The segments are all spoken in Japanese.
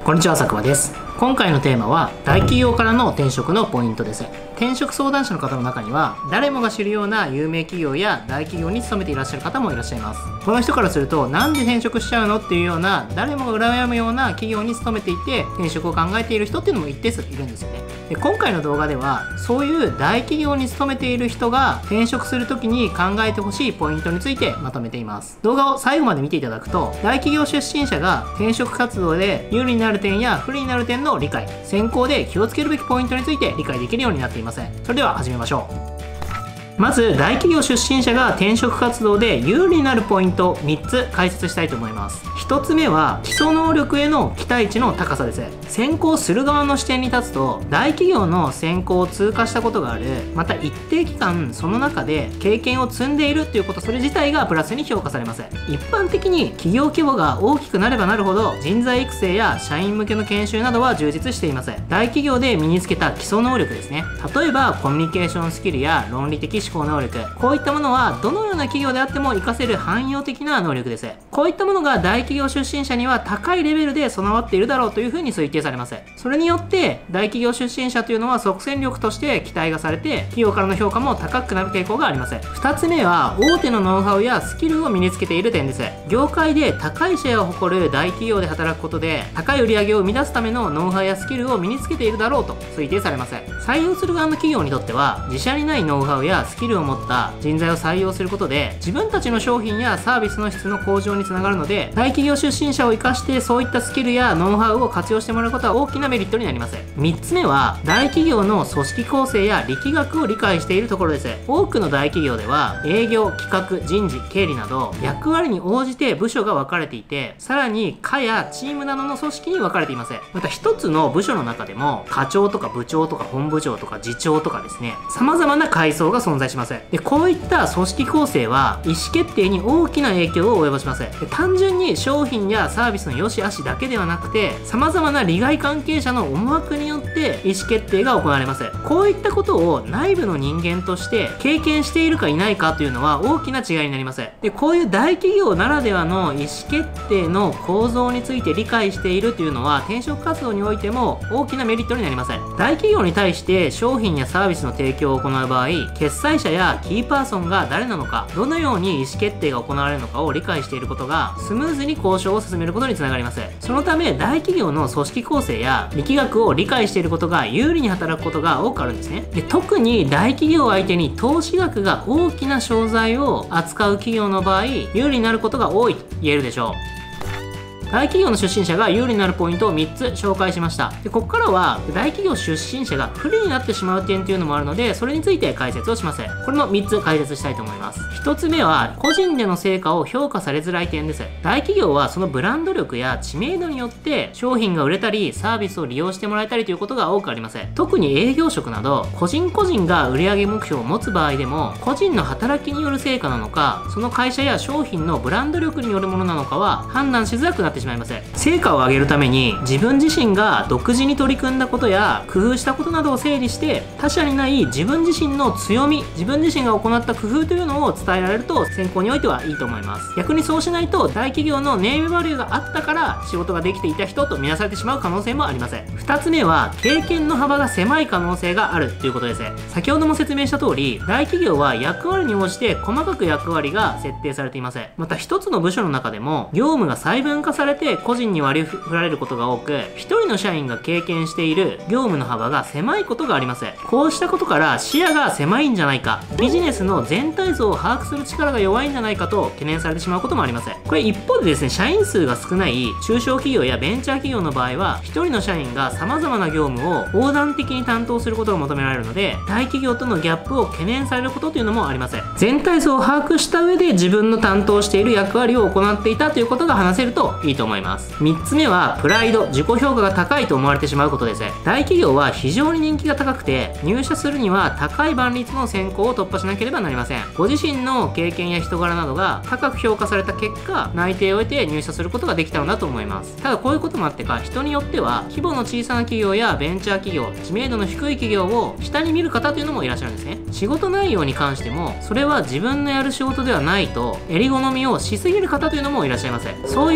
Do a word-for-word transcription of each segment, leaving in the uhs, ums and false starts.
こんにちは、佐久間です。今回のテーマは大企業からの転職のポイントです。転職相談者の方の中には誰もが知るような有名企業や大企業に勤めていらっしゃる方もいらっしゃいます。この人からするとなんで転職しちゃうのっていうような、誰もが羨むような企業に勤めていて転職を考えている人っていうのも一定数いるんですよね。で今回の動画ではそういう大企業に勤めている人が転職するときに考えてほしいポイントについてまとめています。動画を最後まで見ていただくと、大企業出身者が転職活動で有利になる点や不利になる点の理解、選考で気をつけるべきポイントについて理解できるようになっています。それでは始めましょう。まず大企業出身者が転職活動で有利になるポイントみっつ解説したいと思います。ひとつめは基礎能力への期待値の高さです。選考する側の視点に立つと、大企業の選考を通過したことがある、また一定期間その中で経験を積んでいるっていうこと、それ自体がプラスに評価されます。一般的に企業規模が大きくなればなるほど人材育成や社員向けの研修などは充実しています。大企業で身につけた基礎能力ですね。例えばコミュニケーションスキルや論理的思考能力、こういったものはどのような企業であっても活かせる汎用的な能力です。こういったものが大企業出身者には高いレベルで備わっているだろうというふうに推定されます。それによって大企業出身者というのは即戦力として期待がされて、企業からの評価も高くなる傾向があります。ふたつめは大手のノウハウやスキルを身につけている点です。業界で高いシェアを誇る大企業で働くことで、高い売り上げを生み出すためのノウハウやスキルを身につけているだろうと推定されます。採用する側の企業にとっては、自社にないノウハウやスキルを持った人材を採用することで自分たちの商品やサービスの質の向上につながるので、大企業出身者を生かしてそういったスキルやノウハウを活用してもらうことは大きなメリットになります。みっつめは大企業の組織構成や力学を理解しているところです。多くの大企業では営業、企画、人事、経理など役割に応じて部署が分かれていて、さらに課やチームなどの組織に分かれています。また一つの部署の中でも課長とか部長とか本部長とか次長とかですね、様々な階層が存在します。でこういった組織構成は意思決定に大きな影響を及ぼします。で単純に商品やサービスの良し悪しだけではなくて、様々な利害関係者の思惑によって意思決定が行われます。こういったことを内部の人間として経験しているかいないかというのは大きな違いになります。でこういう大企業ならではの意思決定の構造について理解しているというのは、転職活動においても大きなメリットになります。大企業に対して商品やサービスの提供を行う場合、決裁者やキーパーソンが誰なのか、どのように意思決定が行われるのかを理解していることがスムーズに交渉を進めることにつながります。そのため大企業の組織構成や力学を理解していることが有利に働くことが多くあるんですね。で特に大企業を相手に投資額が大きな商材を扱う企業の場合、有利になることが多いと言えるでしょう。大企業の出身者が有利になるポイントをみっつ紹介しました。でここからは大企業出身者が不利になってしまう点というのもあるので、それについて解説をします。これもみっつ解説したいと思います。ひとつめは個人での成果を評価されづらい点です。大企業はそのブランド力や知名度によって商品が売れたりサービスを利用してもらえたりということが多くあります。特に営業職など個人個人が売上目標を持つ場合でも、個人の働きによる成果なのか、その会社や商品のブランド力によるものなのかは判断しづらくなってしまいます。成果を上げるために自分自身が独自に取り組んだことや工夫したことなどを整理して、他社にない自分自身の強み、自分自身が行った工夫というのを伝えられると選考においてはいいと思います。逆にそうしないと大企業のネームバリューがあったから仕事ができていた人と見なされてしまう可能性もあります。ふたつめは経験の幅が狭い可能性があるということです。先ほども説明した通り、大企業は役割に応じて細かく役割が設定されています。また一つの部署の中でも業務が細分化されて個人に割り振られることが多く、一人の社員が経験している業務の幅が狭いことがあります。こうしたことから視野が狭いんじゃないか、ビジネスの全体像を把握する力が弱いんじゃないかと懸念されてしまうこともあります。これ一方でですね、社員数が少ない中小企業やベンチャー企業の場合は、一人の社員が様々な業務を横断的に担当することが求められるので、大企業とのギャップを懸念されることというのもあります。全体像を把握した上で自分の担当している役割を行っていたということが話せるといいと思います。みっつめはプライド、自己評価が高いと思われてしまうことです。大企業は非常に人気が高くて、入社するには高い倍率の選考を突破しなければなりません。ご自身の経験や人柄などが高く評価された結果、内定を得て入社することができたのだと思います。ただこういうこともあってか、人によっては規模の小さな企業やベンチャー企業、知名度の低い企業を下に見る方というのもいらっしゃるんですね。仕事内容に関しても、それは自分のやる仕事ではないと襟好みをしすぎる方というのもいらっしゃいます。そういうスタンス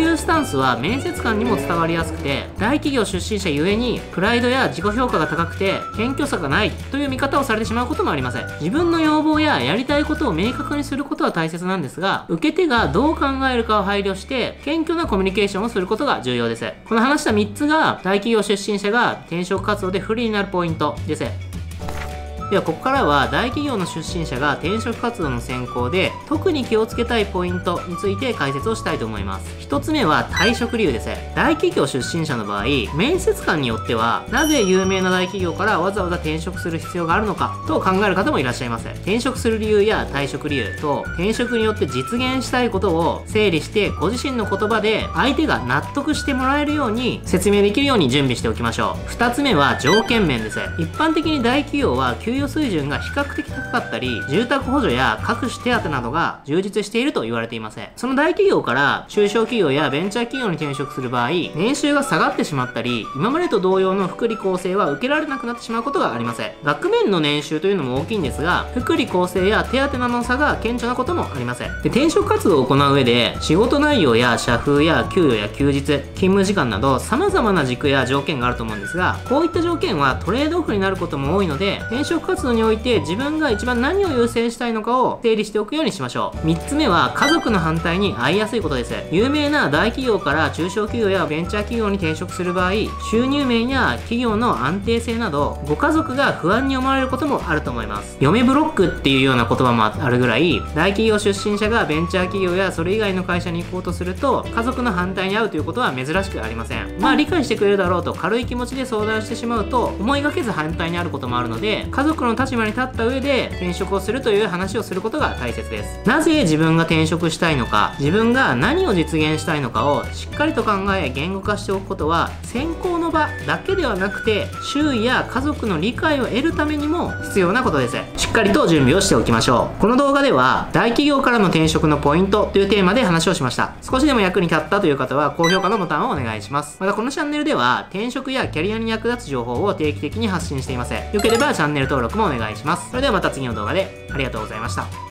活は面接官にも伝わりやすくて、大企業出身者ゆえにプライドや自己評価が高くて謙虚さがないという見方をされてしまうこともありません。自分の要望ややりたいことを明確にすることは大切なんですが、受け手がどう考えるかを配慮して謙虚なコミュニケーションをすることが重要です。この話したみっつが大企業出身者が転職活動で不利になるポイントです。ではここからは大企業の出身者が転職活動の選考で特に気をつけたいポイントについて解説をしたいと思います。ひとつめは退職理由です。大企業出身者の場合、面接官によってはなぜ有名な大企業からわざわざ転職する必要があるのかと考える方もいらっしゃいます。転職する理由や退職理由と転職によって実現したいことを整理してご自身の言葉で相手が納得してもらえるように説明できるように準備しておきましょう。ふたつめは条件面です。一般的に大企業は給与水準が比較的高かったり、住宅補助や各種手当などが充実していると言われています。その大企業から中小企業やベンチャー企業に転職する場合、年収が下がってしまったり、今までと同様の福利厚生は受けられなくなってしまうことがあります。額面の年収というのも大きいんですが、福利厚生や手当などの差が顕著なこともあります。で、転職活動を行う上で、仕事内容や社風や給与や休日、勤務時間など様々な軸や条件があると思うんですが、こういった条件はトレードオフになることも多いので、転職活動において自分が一番何を優先したいのかを整理しておくようにしましょう。みっつめは家族の反対に遭いやすいことです。有名な大企業から中小企業やベンチャー企業に転職する場合、収入面や企業の安定性などご家族が不安に思われることもあると思います。嫁ブロックっていうような言葉もあるぐらい、大企業出身者がベンチャー企業やそれ以外の会社に行こうとすると家族の反対に遭うということは珍しくありません。まあ理解してくれるだろうと軽い気持ちで相談してしまうと思いがけず反対にあることもあるので、家族の立場に立った上で転職をするという話をすることが大切です。なぜ自分が転職したいのか、自分が何を実現したいのかをしっかりと考え言語化しておくことは選考の場だけではなくて周囲や家族の理解を得るためにも必要なことです。しっかりと準備をしておきましょう。この動画では大企業からの転職のポイントというテーマで話をしました。少しでも役に立ったという方は高評価のボタンをお願いします。またこのチャンネルでは転職やキャリアに役立つ情報を定期的に発信しています。よければチャンネル登録もお願いします。それではまた次の動画でありがとうございました。